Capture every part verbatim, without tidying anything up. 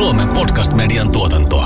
Suomen podcast-median tuotantoa.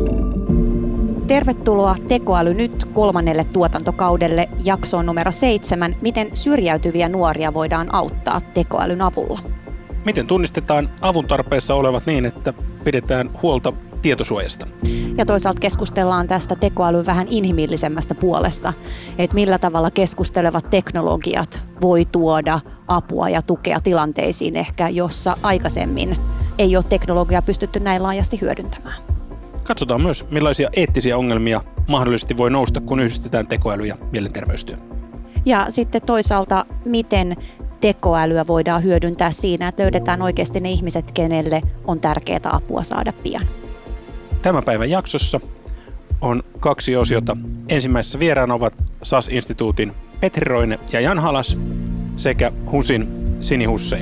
Tervetuloa Tekoäly nyt kolmannelle tuotantokaudelle jaksoon numero seitsemän. Miten syrjäytyviä nuoria voidaan auttaa tekoälyn avulla? Miten tunnistetaan avun tarpeessa olevat niin, että pidetään huolta tietosuojasta? Ja toisaalta keskustellaan tästä tekoälyn vähän inhimillisemmästä puolesta, että millä tavalla keskustelevat teknologiat voi tuoda apua ja tukea tilanteisiin ehkä, jossa aikaisemmin ei ole teknologiaa pystytty näin laajasti hyödyntämään. Katsotaan myös, millaisia eettisiä ongelmia mahdollisesti voi nousta, kun yhdistetään tekoäly ja mielenterveystyö. Ja sitten toisaalta, miten tekoälyä voidaan hyödyntää siinä, että löydetään oikeasti ne ihmiset, kenelle on tärkeää apua saada pian. Tämän päivän jaksossa on kaksi osiota. Ensimmäisessä vieraana ovat S A S-instituutin Petri Roine ja Jan Halas sekä HUSin Sini Hussein.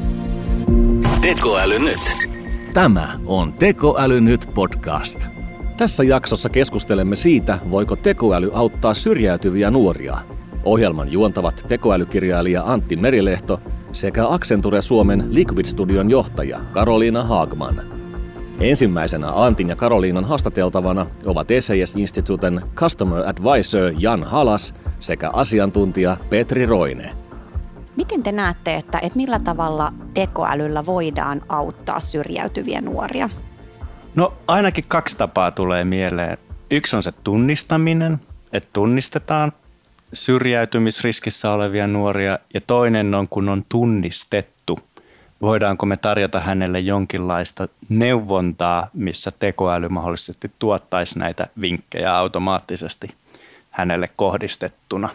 Tekoäly nyt. Tämä on Tekoäly nyt podcast. Tässä jaksossa keskustelemme siitä, voiko tekoäly auttaa syrjäytyviä nuoria. Ohjelman juontavat tekoälykirjailija Antti Merilehto sekä Accenture Suomen Liquid Studion johtaja Karoliina Haagman. Ensimmäisenä Antin ja Karoliinan haastateltavana ovat S A S-instituutin Customer Advisor Jan Halas sekä asiantuntija Petri Roine. Miten te näette, että, että millä tavalla tekoälyllä voidaan auttaa syrjäytyviä nuoria? No ainakin kaksi tapaa tulee mieleen. Yksi on se tunnistaminen, että tunnistetaan syrjäytymisriskissä olevia nuoria, ja toinen on, kun on tunnistettu. Voidaanko me tarjota hänelle jonkinlaista neuvontaa, missä tekoäly mahdollisesti tuottaisi näitä vinkkejä automaattisesti hänelle kohdistettuna.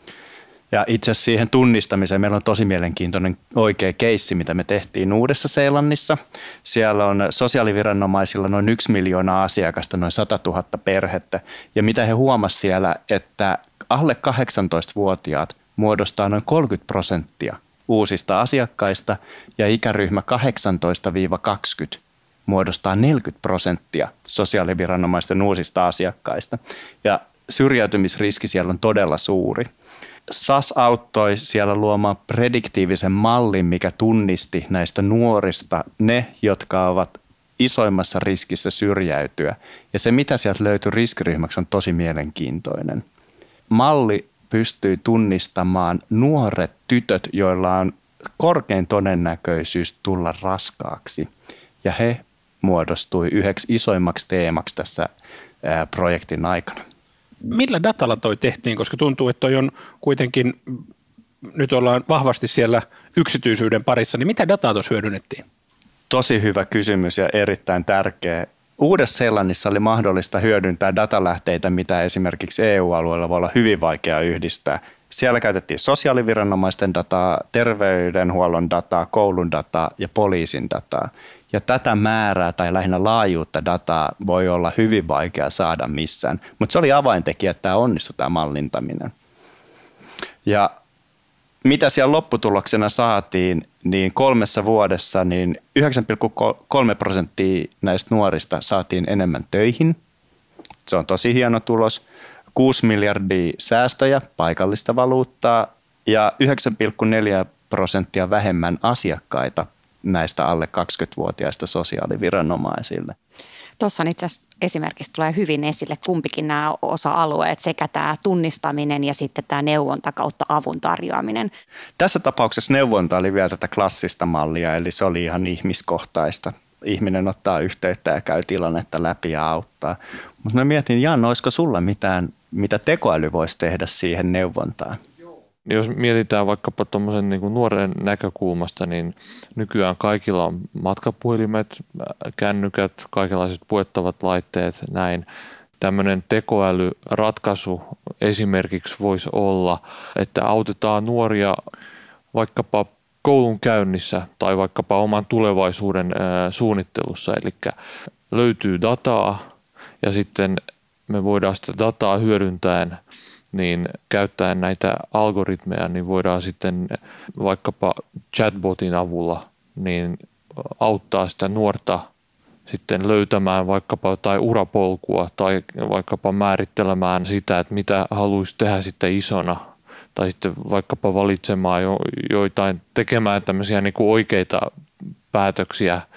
Ja itse asiassa siihen tunnistamiseen meillä on tosi mielenkiintoinen oikea keissi, mitä me tehtiin Uudessa-Seelannissa. Siellä on sosiaaliviranomaisilla noin yksi miljoonaa asiakasta, noin sata tuhatta perhettä. Ja mitä he huomasivat siellä, että alle kahdeksantoistavuotiaat muodostaa noin kolmekymmentä prosenttia uusista asiakkaista ja ikäryhmä kahdeksantoista kaksikymmentä muodostaa neljäkymmentä prosenttia sosiaaliviranomaisten uusista asiakkaista. Ja syrjäytymisriski siellä on todella suuri. S A S auttoi siellä luomaan prediktiivisen mallin, mikä tunnisti näistä nuorista ne, jotka ovat isoimmassa riskissä syrjäytyä. Ja se, mitä sieltä löytyi riskiryhmäksi, on tosi mielenkiintoinen. Malli pystyy tunnistamaan nuoret tytöt, joilla on korkein todennäköisyys tulla raskaaksi. Ja he muodostui yhdeksi isoimmaksi teemaksi tässä projektin aikana. Millä datalla toi tehtiin, koska tuntuu, että toi on kuitenkin, nyt ollaan vahvasti siellä yksityisyyden parissa, niin mitä dataa tuossa hyödynnettiin? Tosi hyvä kysymys ja erittäin tärkeä. Uudessa-Seelannissa oli mahdollista hyödyntää datalähteitä, mitä esimerkiksi E U-alueella voi olla hyvin vaikea yhdistää. Siellä käytettiin sosiaaliviranomaisten dataa, terveydenhuollon dataa, koulun dataa ja poliisin dataa. Ja tätä määrää tai lähinnä laajuutta dataa voi olla hyvin vaikea saada missään. Mutta se oli avaintekijä, että tämä onnistui tämä mallintaminen. Ja mitä siellä lopputuloksena saatiin, niin kolmessa vuodessa niin yhdeksän pilkku kolme prosenttia näistä nuorista saatiin enemmän töihin. Se on tosi hieno tulos. kuusi miljardia säästöjä, paikallista valuuttaa ja yhdeksän pilkku neljä prosenttia vähemmän asiakkaita näistä alle kaksikymmentävuotiaista sosiaaliviranomaisille. Tuossa itse asiassa esimerkiksi tulee hyvin esille kumpikin nämä osa-alueet, sekä tämä tunnistaminen ja sitten tämä neuvonta kautta avun tarjoaminen. Tässä tapauksessa neuvonta oli vielä tätä klassista mallia, eli se oli ihan ihmiskohtaista. Ihminen ottaa yhteyttä ja käy tilannetta läpi ja auttaa. Mutta mä mietin, Jan, olisiko sulla mitään, mitä tekoäly voisi tehdä siihen neuvontaan? Jos mietitään vaikkapa tuommoisen niin kuin nuoren näkökulmasta, niin nykyään kaikilla on matkapuhelimet, kännykät, kaikenlaiset puettavat laitteet, näin. Tämmöinen tekoälyratkaisu esimerkiksi voisi olla, että autetaan nuoria vaikkapa koulun käynnissä tai vaikkapa oman tulevaisuuden suunnittelussa. Eli löytyy dataa ja sitten me voidaan sitä dataa hyödyntäen niin käyttäen näitä algoritmeja, niin voidaan sitten vaikkapa chatbotin avulla niin auttaa sitä nuorta sitten löytämään vaikkapa tai urapolkua tai vaikkapa määrittelemään sitä, että mitä haluaisi tehdä sitten isona tai sitten vaikkapa valitsemaan jo, joitain, tekemään tämmöisiä niin kuin oikeita päätöksiä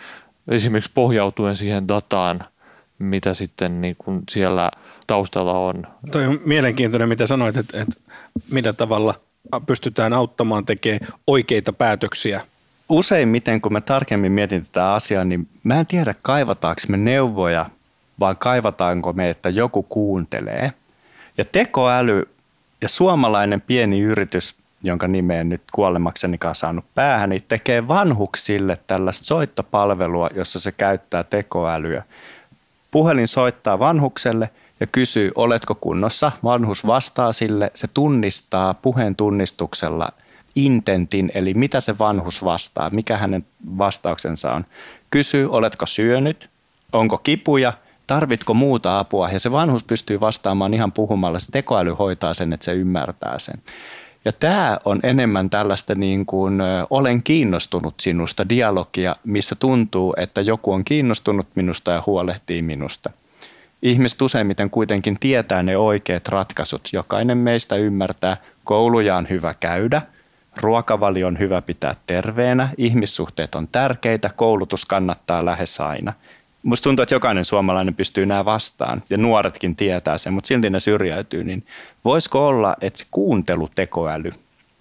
esimerkiksi pohjautuen siihen dataan, mitä sitten niin kuin siellä taustalla on. Toi on mielenkiintoinen, mitä sanoit, että, että millä tavalla pystytään auttamaan tekemään oikeita päätöksiä. Useimmiten, kun mä tarkemmin mietin tätä asiaa, niin mä en tiedä, kaivataanko me neuvoja, vaan kaivataanko me, että joku kuuntelee. Ja tekoäly ja suomalainen pieni yritys, jonka nimeen nyt kuolemaksenikaan saanut päähän, niin tekee vanhuksille tällaista soittopalvelua, jossa se käyttää tekoälyä. Puhelin soittaa vanhukselle ja kysyy, oletko kunnossa. Vanhus vastaa sille, se tunnistaa puheen tunnistuksella intentin, eli mitä se vanhus vastaa, mikä hänen vastauksensa on. Kysyy, oletko syönyt, onko kipuja, tarvitko muuta apua, ja se vanhus pystyy vastaamaan ihan puhumalla. Se tekoäly hoitaa sen, että se ymmärtää sen. Ja tämä on enemmän tällaista niin kuin olen kiinnostunut sinusta dialogia, missä tuntuu, että joku on kiinnostunut minusta ja huolehtii minusta. Ihmiset useimmiten kuitenkin tietää ne oikeat ratkaisut. Jokainen meistä ymmärtää, kouluja on hyvä käydä, ruokavalio on hyvä pitää terveenä, ihmissuhteet on tärkeitä, koulutus kannattaa lähes aina. Musta tuntuu, että jokainen suomalainen pystyy nämä vastaan ja nuoretkin tietää sen, mutta silti ne syrjäytyy. Niin voisiko olla, että se kuuntelutekoäly,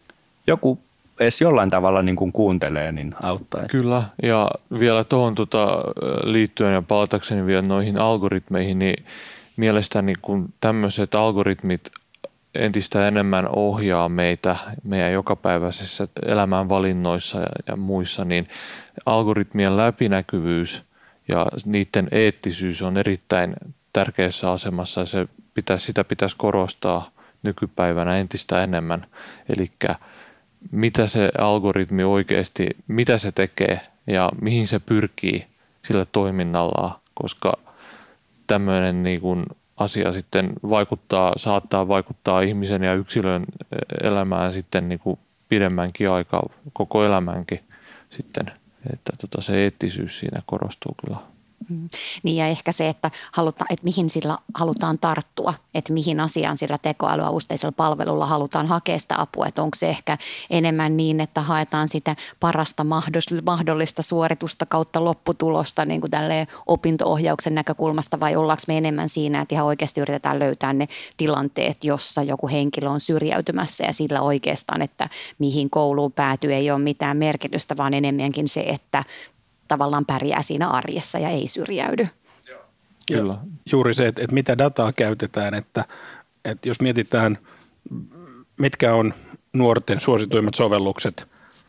joku edes jollain tavalla niin kuin kuuntelee, niin auttaa? Kyllä, ja vielä tuohon tota, liittyen ja palatakseni vielä noihin algoritmeihin, niin mielestäni kun tämmöiset algoritmit entistä enemmän ohjaa meitä meidän jokapäiväisessä elämänvalinnoissa ja, ja muissa, niin algoritmien läpinäkyvyys ja niiden eettisyys on erittäin tärkeässä asemassa ja se pitäisi, sitä pitäisi korostaa nykypäivänä entistä enemmän. Eli mitä se algoritmi oikeasti, mitä se tekee ja mihin se pyrkii sillä toiminnallaan, koska tämmöinen niin kuin asia sitten vaikuttaa, saattaa vaikuttaa ihmisen ja yksilön elämään sitten niin kuin pidemmänkin aikaa, koko elämänkin sitten. Että tota se eettisyys siinä korostuu kyllä. Mm. Niin ja ehkä se, että, haluta, että mihin sillä halutaan tarttua, että mihin asiaan sillä tekoälyavusteisella palvelulla halutaan hakea sitä apua. Että onko se ehkä enemmän niin, että haetaan sitä parasta mahdollista suoritusta kautta lopputulosta niin kuin tälleen opinto-ohjauksen näkökulmasta vai ollaanko me enemmän siinä, että ihan oikeasti yritetään löytää ne tilanteet, jossa joku henkilö on syrjäytymässä ja sillä oikeastaan, että mihin kouluun päätyy ei ole mitään merkitystä, vaan enemmänkin se, että tavallaan pärjää siinä arjessa ja ei syrjäydy. Kyllä. Juuri se, että, että mitä dataa käytetään, että, että jos mietitään, mitkä on nuorten suosituimmat sovellukset,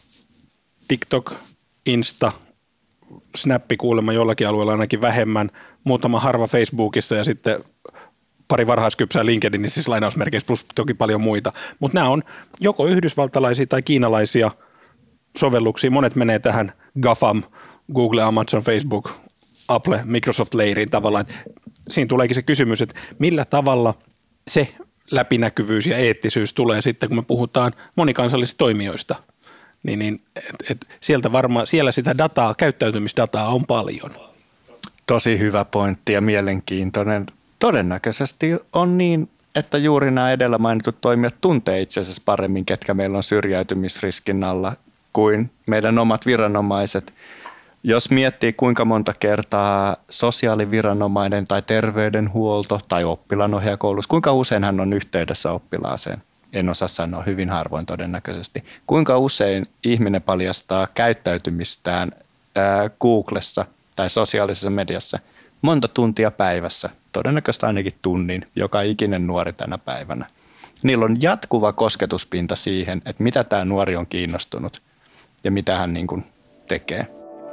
TikTok, Insta, Snappi kuulemma jollakin alueella ainakin vähemmän, muutama harva Facebookissa ja sitten pari varhaiskypsää LinkedInissä, siis lainausmerkeissä plus toki paljon muita, mutta nämä on joko yhdysvaltalaisia tai kiinalaisia sovelluksia, monet menee tähän GAFAM, Google, Amazon, Facebook, Apple, Microsoft leiriin tavallaan. Siinä tuleekin se kysymys, että millä tavalla se läpinäkyvyys ja eettisyys tulee sitten, kun me puhutaan monikansallisista toimijoista. Niin, niin, et, et sieltä varmaan, siellä sitä dataa, käyttäytymisdataa on paljon. Tosi hyvä pointti ja mielenkiintoinen. Todennäköisesti on niin, että juuri nämä edellä mainitut toimijat tuntee itse asiassa paremmin, ketkä meillä on syrjäytymisriskin alla kuin meidän omat viranomaiset. Jos miettii, kuinka monta kertaa sosiaaliviranomainen tai terveydenhuolto tai oppilaanohjaajakoulussa, kuinka usein hän on yhteydessä oppilaaseen? En osaa sanoa, hyvin harvoin todennäköisesti. Kuinka usein ihminen paljastaa käyttäytymistään ää, Googlessa tai sosiaalisessa mediassa? Monta tuntia päivässä, todennäköisesti ainakin tunnin, joka ikinen nuori tänä päivänä. Niillä on jatkuva kosketuspinta siihen, että mitä tämä nuori on kiinnostunut ja mitä hän niin kuin tekee.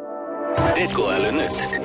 Tekoäly nyt.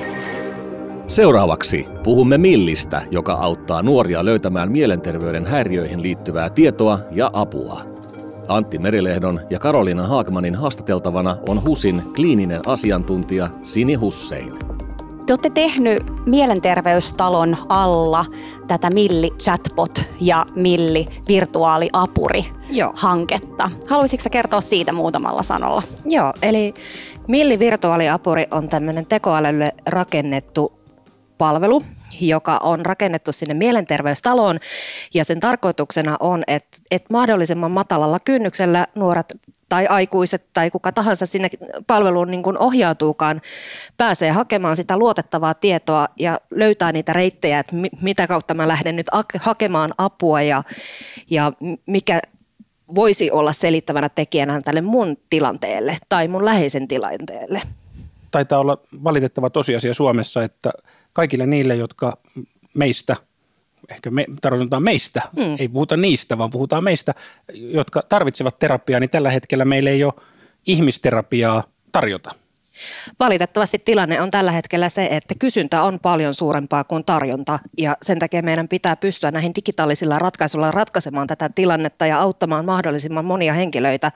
Seuraavaksi puhumme Millistä, joka auttaa nuoria löytämään mielenterveyden häiriöihin liittyvää tietoa ja apua. Antti Merilehdon ja Karoliina Haagmanin haastateltavana on HUSin kliininen asiantuntija Sini Hussein. Te olette tehnyt Mielenterveystalon alla tätä Milli Chatbot ja Milli Virtuaaliapuri Joo. hanketta. Haluaisitko kertoa siitä muutamalla sanalla? Joo, eli Milli Virtuaaliapuri on tämmöinen tekoälylle rakennettu palvelu, joka on rakennettu sinne mielenterveystaloon, ja sen tarkoituksena on, että, että mahdollisimman matalalla kynnyksellä nuoret tai aikuiset tai kuka tahansa sinne palveluun niin kuin ohjautuukaan, pääsee hakemaan sitä luotettavaa tietoa ja löytää niitä reittejä, että mitä kautta mä lähden nyt hakemaan apua ja, ja mikä voisi olla selittävänä tekijänä tälle mun tilanteelle tai mun läheisen tilanteelle. Taitaa olla valitettava tosiasia Suomessa, että kaikille niille, jotka meistä, ehkä me, tarkoitetaan meistä, mm. ei puhuta niistä, vaan puhutaan meistä, jotka tarvitsevat terapiaa, niin tällä hetkellä meillä ei ole ihmisterapiaa tarjota. Valitettavasti tilanne on tällä hetkellä se, että kysyntä on paljon suurempaa kuin tarjonta, ja sen takia meidän pitää pystyä näihin digitaalisilla ratkaisuilla ratkaisemaan tätä tilannetta ja auttamaan mahdollisimman monia henkilöitä,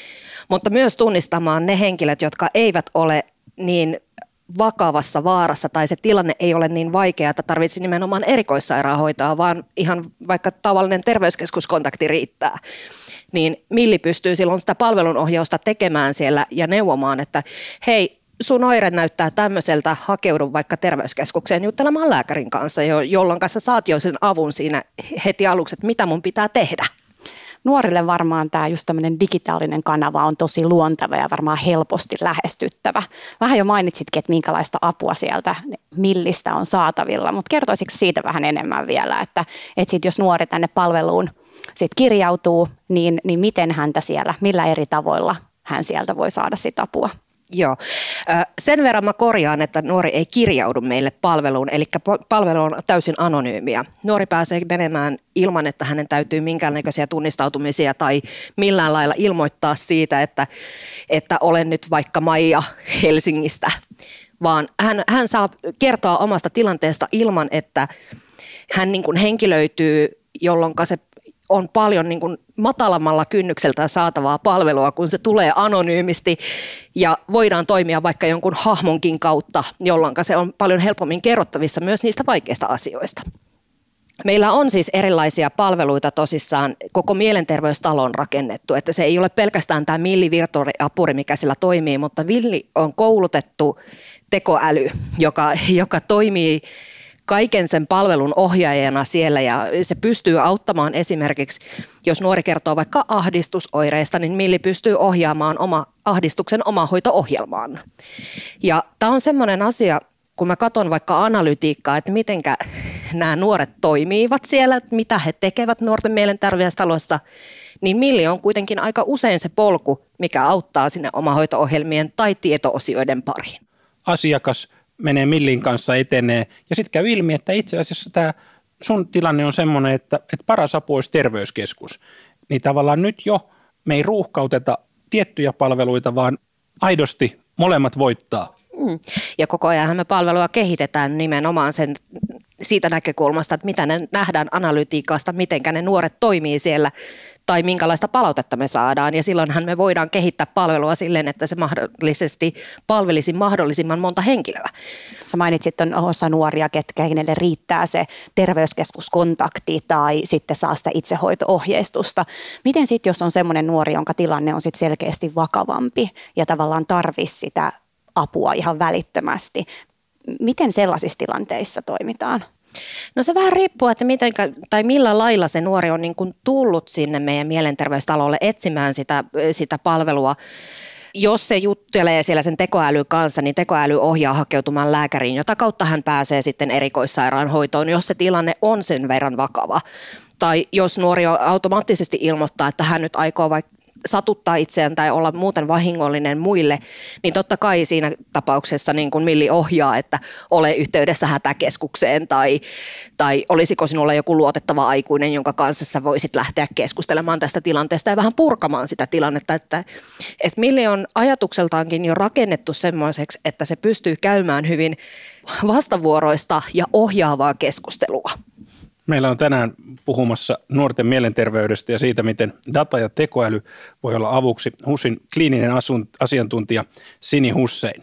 mutta myös tunnistamaan ne henkilöt, jotka eivät ole niin vakavassa vaarassa tai se tilanne ei ole niin vaikea, että tarvitsisi nimenomaan erikoissairaanhoitoa, vaan ihan vaikka tavallinen terveyskeskuskontakti riittää. Niin Milli pystyy silloin sitä palvelunohjausta tekemään siellä ja neuvomaan, että hei, sun oire näyttää tämmöiseltä, hakeudu vaikka terveyskeskukseen juttelemaan lääkärin kanssa, jolloin kanssa saat jo sen avun siinä heti aluksi, että mitä mun pitää tehdä. Nuorille varmaan tämä just tämmöinen digitaalinen kanava on tosi luonteva ja varmaan helposti lähestyttävä. Vähän jo mainitsitkin, että minkälaista apua sieltä Millistä on saatavilla, mutta kertoisitko siitä vähän enemmän vielä, että, että sit jos nuori tänne palveluun sit kirjautuu, niin, niin miten häntä siellä, millä eri tavoilla hän sieltä voi saada sit apua? Joo. Sen verran mä korjaan, että nuori ei kirjaudu meille palveluun, eli palvelu on täysin anonyymiä. Nuori pääsee menemään ilman, että hänen täytyy minkäännäköisiä tunnistautumisia tai millään lailla ilmoittaa siitä, että, että olen nyt vaikka Maija Helsingistä, vaan hän, hän saa kertoa omasta tilanteesta ilman, että hän niin kuin henkilöityy, jolloin se on paljon niin kuin matalammalla kynnykseltä saatavaa palvelua, kun se tulee anonyymisti ja voidaan toimia vaikka jonkun hahmonkin kautta, jolloin se on paljon helpommin kerrottavissa myös niistä vaikeista asioista. Meillä on siis erilaisia palveluita tosissaan koko mielenterveystalon rakennettu, että se ei ole pelkästään tämä Milli virtuaaliapuri, mikä sillä toimii, mutta Milli on koulutettu tekoäly, joka, joka toimii kaiken sen palvelun ohjaajana siellä ja se pystyy auttamaan esimerkiksi, jos nuori kertoo vaikka ahdistusoireista, niin Milli pystyy ohjaamaan oma ahdistuksen omahoito-ohjelmaan. Ja tämä on semmoinen asia, kun mä katson vaikka analytiikkaa, että mitenkä nämä nuoret toimivat siellä, mitä he tekevät nuorten mielenterveystalossa, niin Milli on kuitenkin aika usein se polku, mikä auttaa sinne omahoito-ohjelmien tai tieto-osioiden pariin. Asiakas menee Millin kanssa, etenee ja sitten käy ilmi, että itse asiassa tämä sun tilanne on semmoinen, että, että paras apu olisi terveyskeskus. Niin tavallaan nyt jo me ei ruuhkauteta tiettyjä palveluita, vaan aidosti molemmat voittaa. Mm. Ja koko ajan me palvelua kehitetään nimenomaan sen, siitä näkökulmasta, että mitä ne nähdään analytiikasta, miten ne nuoret toimii siellä tai minkälaista palautetta me saadaan. Ja silloinhan me voidaan kehittää palvelua silleen, että se mahdollisesti palvelisi mahdollisimman monta henkilöä. Sä mainitsit, on osa nuoria, ketkä kenelle riittää se terveyskeskuskontakti tai sitten saa sitä itsehoito-ohjeistusta. Miten sitten, jos on semmoinen nuori, jonka tilanne on sitten selkeästi vakavampi ja tavallaan tarvitsisi sitä apua ihan välittömästi. Miten sellaisissa tilanteissa toimitaan? No se vähän riippuu, että miten, tai millä lailla se nuori on niin kuin tullut sinne meidän mielenterveystalolle etsimään sitä, sitä palvelua. Jos se juttelee siellä sen tekoälyn kanssa, niin tekoäly ohjaa hakeutumaan lääkäriin, jota kautta hän pääsee sitten erikoissairaanhoitoon, jos se tilanne on sen verran vakava. Tai jos nuori automaattisesti ilmoittaa, että hän nyt aikoo vaikka satuttaa itseään tai olla muuten vahingollinen muille, niin totta kai siinä tapauksessa niin kuin Milli ohjaa, että ole yhteydessä hätäkeskukseen tai, tai olisiko sinulla joku luotettava aikuinen, jonka kanssa sä voisit lähteä keskustelemaan tästä tilanteesta ja vähän purkamaan sitä tilannetta, että, että Milli on ajatukseltaankin jo rakennettu semmoiseksi, että se pystyy käymään hyvin vastavuoroista ja ohjaavaa keskustelua. Meillä on tänään puhumassa nuorten mielenterveydestä ja siitä, miten data ja tekoäly voi olla avuksi HUSin kliininen asiantuntija Sini Hussein.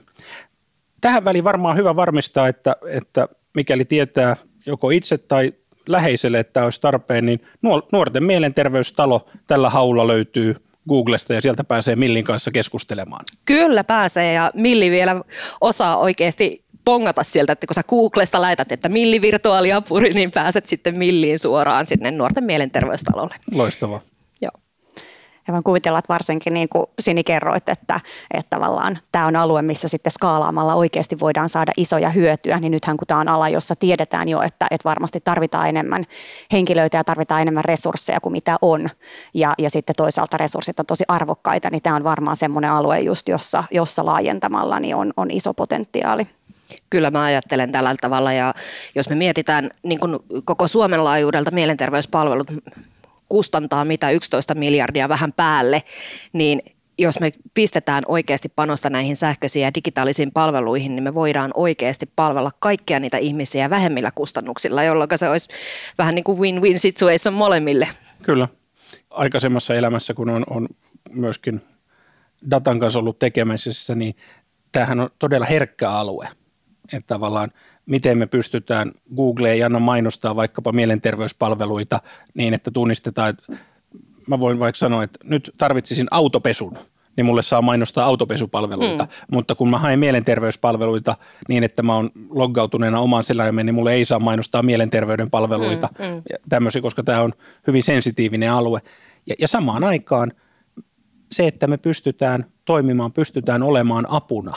Tähän väliin varmaan hyvä varmistaa, että, että mikäli tietää joko itse tai läheiselle, että olisi tarpeen, niin nuorten mielenterveystalo tällä haulla löytyy Googlesta ja sieltä pääsee Millin kanssa keskustelemaan. Kyllä pääsee ja Milli vielä osaa oikeasti pongata sieltä, että kun sä Googlesta laitat, että millivirtuaaliapuri, niin pääset sitten milliin suoraan sinne nuorten mielenterveystalolle. Loistavaa. Joo. Ja voin kuvitella, että varsinkin niin kuin Sini kerroit, että, että tavallaan tämä on alue, missä sitten skaalaamalla oikeasti voidaan saada isoja hyötyjä, niin nythän kun tämä on ala, jossa tiedetään jo, että, että varmasti tarvitaan enemmän henkilöitä ja tarvitaan enemmän resursseja kuin mitä on, ja, ja sitten toisaalta resurssit on tosi arvokkaita, niin tämä on varmaan semmoinen alue just, jossa, jossa laajentamalla niin on, on iso potentiaali. Kyllä mä ajattelen tällä tavalla, ja jos me mietitään niin kuin koko Suomen laajuudelta mielenterveyspalvelut kustantaa mitä yksitoista miljardia vähän päälle, niin jos me pistetään oikeasti panosta näihin sähköisiin ja digitaalisiin palveluihin, niin me voidaan oikeasti palvella kaikkia niitä ihmisiä vähemmillä kustannuksilla, jolloin se olisi vähän niin kuin win-win situation molemmille. Kyllä. Aikaisemmassa elämässä, kun on, on myöskin datan kanssa ollut tekemisissä, niin tämähän on todella herkkä alue. Että tavallaan miten me pystytään, Google ei anna mainostaa vaikkapa mielenterveyspalveluita niin, että tunnistetaan, että mä voin vaikka sanoa, että nyt tarvitsisin autopesun, niin mulle saa mainostaa autopesupalveluita, mm. mutta kun mä haen mielenterveyspalveluita niin, että mä oon loggautuneena omaan seläimeen, niin mulle ei saa mainostaa mielenterveyden palveluita mm, mm. ja tämmöisiä, koska tämä on hyvin sensitiivinen alue. Ja, ja samaan aikaan se, että me pystytään toimimaan, pystytään olemaan apuna,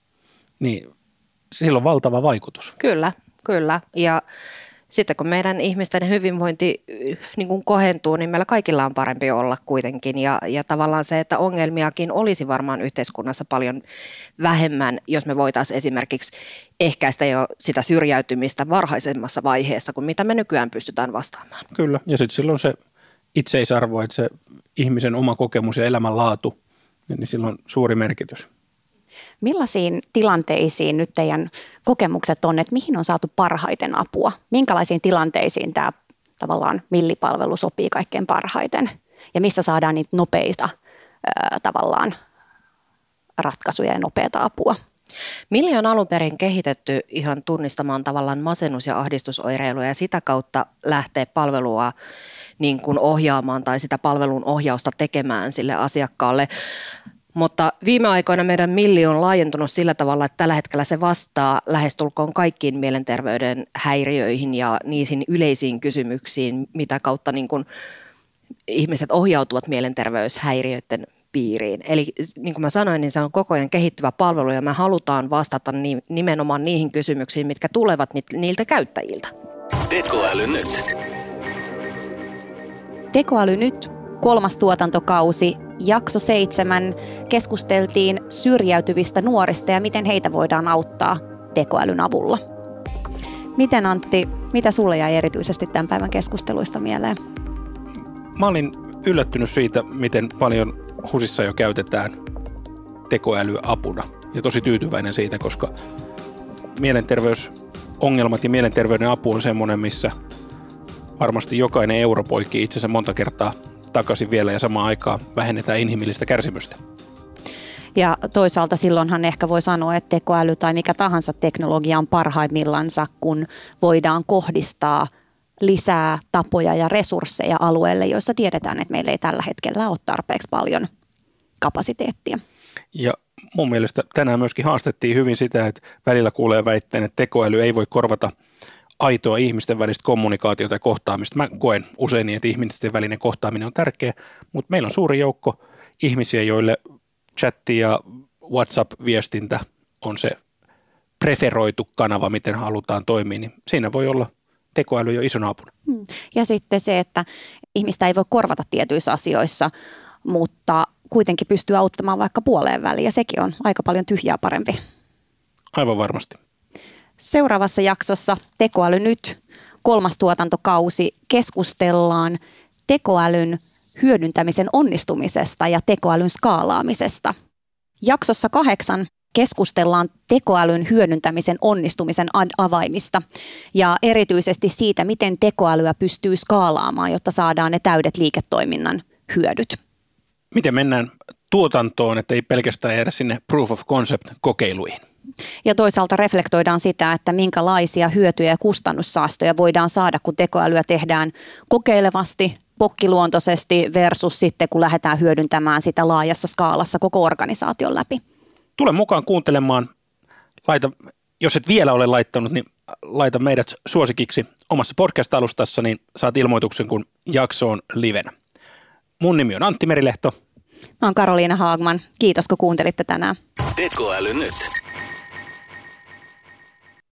niin sillä on valtava vaikutus. Kyllä, kyllä. Ja sitten kun meidän ihmisten hyvinvointi niin kuin kohentuu, niin meillä kaikilla on parempi olla kuitenkin. Ja, ja tavallaan se, että ongelmiakin olisi varmaan yhteiskunnassa paljon vähemmän, jos me voitaisiin esimerkiksi ehkäistä jo sitä syrjäytymistä varhaisemmassa vaiheessa, kuin mitä me nykyään pystytään vastaamaan. Kyllä, ja sitten silloin se itseisarvo, että se ihmisen oma kokemus ja elämänlaatu, niin sillä on suuri merkitys. Millaisiin tilanteisiin nyt teidän kokemukset on, että mihin on saatu parhaiten apua? Minkälaisiin tilanteisiin tämä tavallaan millipalvelu sopii kaikkein parhaiten? Ja missä saadaan niitä nopeita ää, tavallaan ratkaisuja ja nopeata apua? Milli on alun perin kehitetty ihan tunnistamaan tavallaan masennus- ja ahdistusoireiluja ja sitä kautta lähtee palvelua niin kuin ohjaamaan tai sitä palvelun ohjausta tekemään sille asiakkaalle. Mutta viime aikoina meidän Milli on laajentunut sillä tavalla, että tällä hetkellä se vastaa lähestulkoon kaikkiin mielenterveyden häiriöihin ja niihin yleisiin kysymyksiin, mitä kautta niin kuin ihmiset ohjautuvat mielenterveyshäiriöiden piiriin. Eli niin kuin mä sanoin, niin se on koko ajan kehittyvä palvelu ja me halutaan vastata ni- nimenomaan niihin kysymyksiin, mitkä tulevat niiltä käyttäjiltä. Tekoäly nyt. Tekoäly nyt, kolmas tuotantokausi. Jakso seitsemän. Keskusteltiin syrjäytyvistä nuorista ja miten heitä voidaan auttaa tekoälyn avulla. Miten Antti, mitä sulle jäi erityisesti tämän päivän keskusteluista mieleen? Mä olin yllättynyt siitä, miten paljon HUSissa jo käytetään tekoälyä apuna ja tosi tyytyväinen siitä, koska mielenterveysongelmat ja mielenterveyden apu on semmoinen, missä varmasti jokainen euro poikii itsensä monta kertaa takaisin vielä ja samaan aikaan vähennetään inhimillistä kärsimystä. Ja toisaalta silloinhan ehkä voi sanoa, että tekoäly tai mikä tahansa teknologia on parhaimmillansa, kun voidaan kohdistaa lisää tapoja ja resursseja alueelle, joissa tiedetään, että meillä ei tällä hetkellä ole tarpeeksi paljon kapasiteettia. Ja mun mielestä tänään myöskin haastettiin hyvin sitä, että välillä kuulee väitteen, että tekoäly ei voi korvata aitoa ihmisten välistä kommunikaatiota ja kohtaamista. Mä koen usein niin, että ihmisten välinen kohtaaminen on tärkeä, mutta meillä on suuri joukko ihmisiä, joille chatti ja WhatsApp-viestintä on se preferoitu kanava, miten halutaan toimia, niin siinä voi olla tekoäly jo isona apuna. Ja sitten se, että ihmistä ei voi korvata tietyissä asioissa, mutta kuitenkin pystyy auttamaan vaikka puoleen väliin, ja sekin on aika paljon tyhjää parempi. Aivan varmasti. Seuraavassa jaksossa Tekoäly nyt, kolmas tuotantokausi, keskustellaan tekoälyn hyödyntämisen onnistumisesta ja tekoälyn skaalaamisesta. Jaksossa kahdeksan keskustellaan tekoälyn hyödyntämisen onnistumisen avaimista ja erityisesti siitä, miten tekoälyä pystyy skaalaamaan, jotta saadaan ne täydet liiketoiminnan hyödyt. Miten mennään tuotantoon, että ei pelkästään jäädä sinne proof of concept-kokeiluihin? Ja toisaalta reflektoidaan sitä, että minkälaisia hyötyjä ja kustannussäästöjä voidaan saada, kun tekoälyä tehdään kokeilevasti, pokkiluontoisesti versus sitten, kun lähdetään hyödyntämään sitä laajassa skaalassa koko organisaation läpi. Tule mukaan kuuntelemaan, laita jos et vielä ole laittanut, niin laita meidät suosikiksi omassa podcast-alustassa, niin saat ilmoituksen, kun jakso on livenä. Mun nimi on Antti Merilehto. Mä oon Karoliina Haagman. Kiitos, kun kuuntelitte tänään. Tekoäly nyt.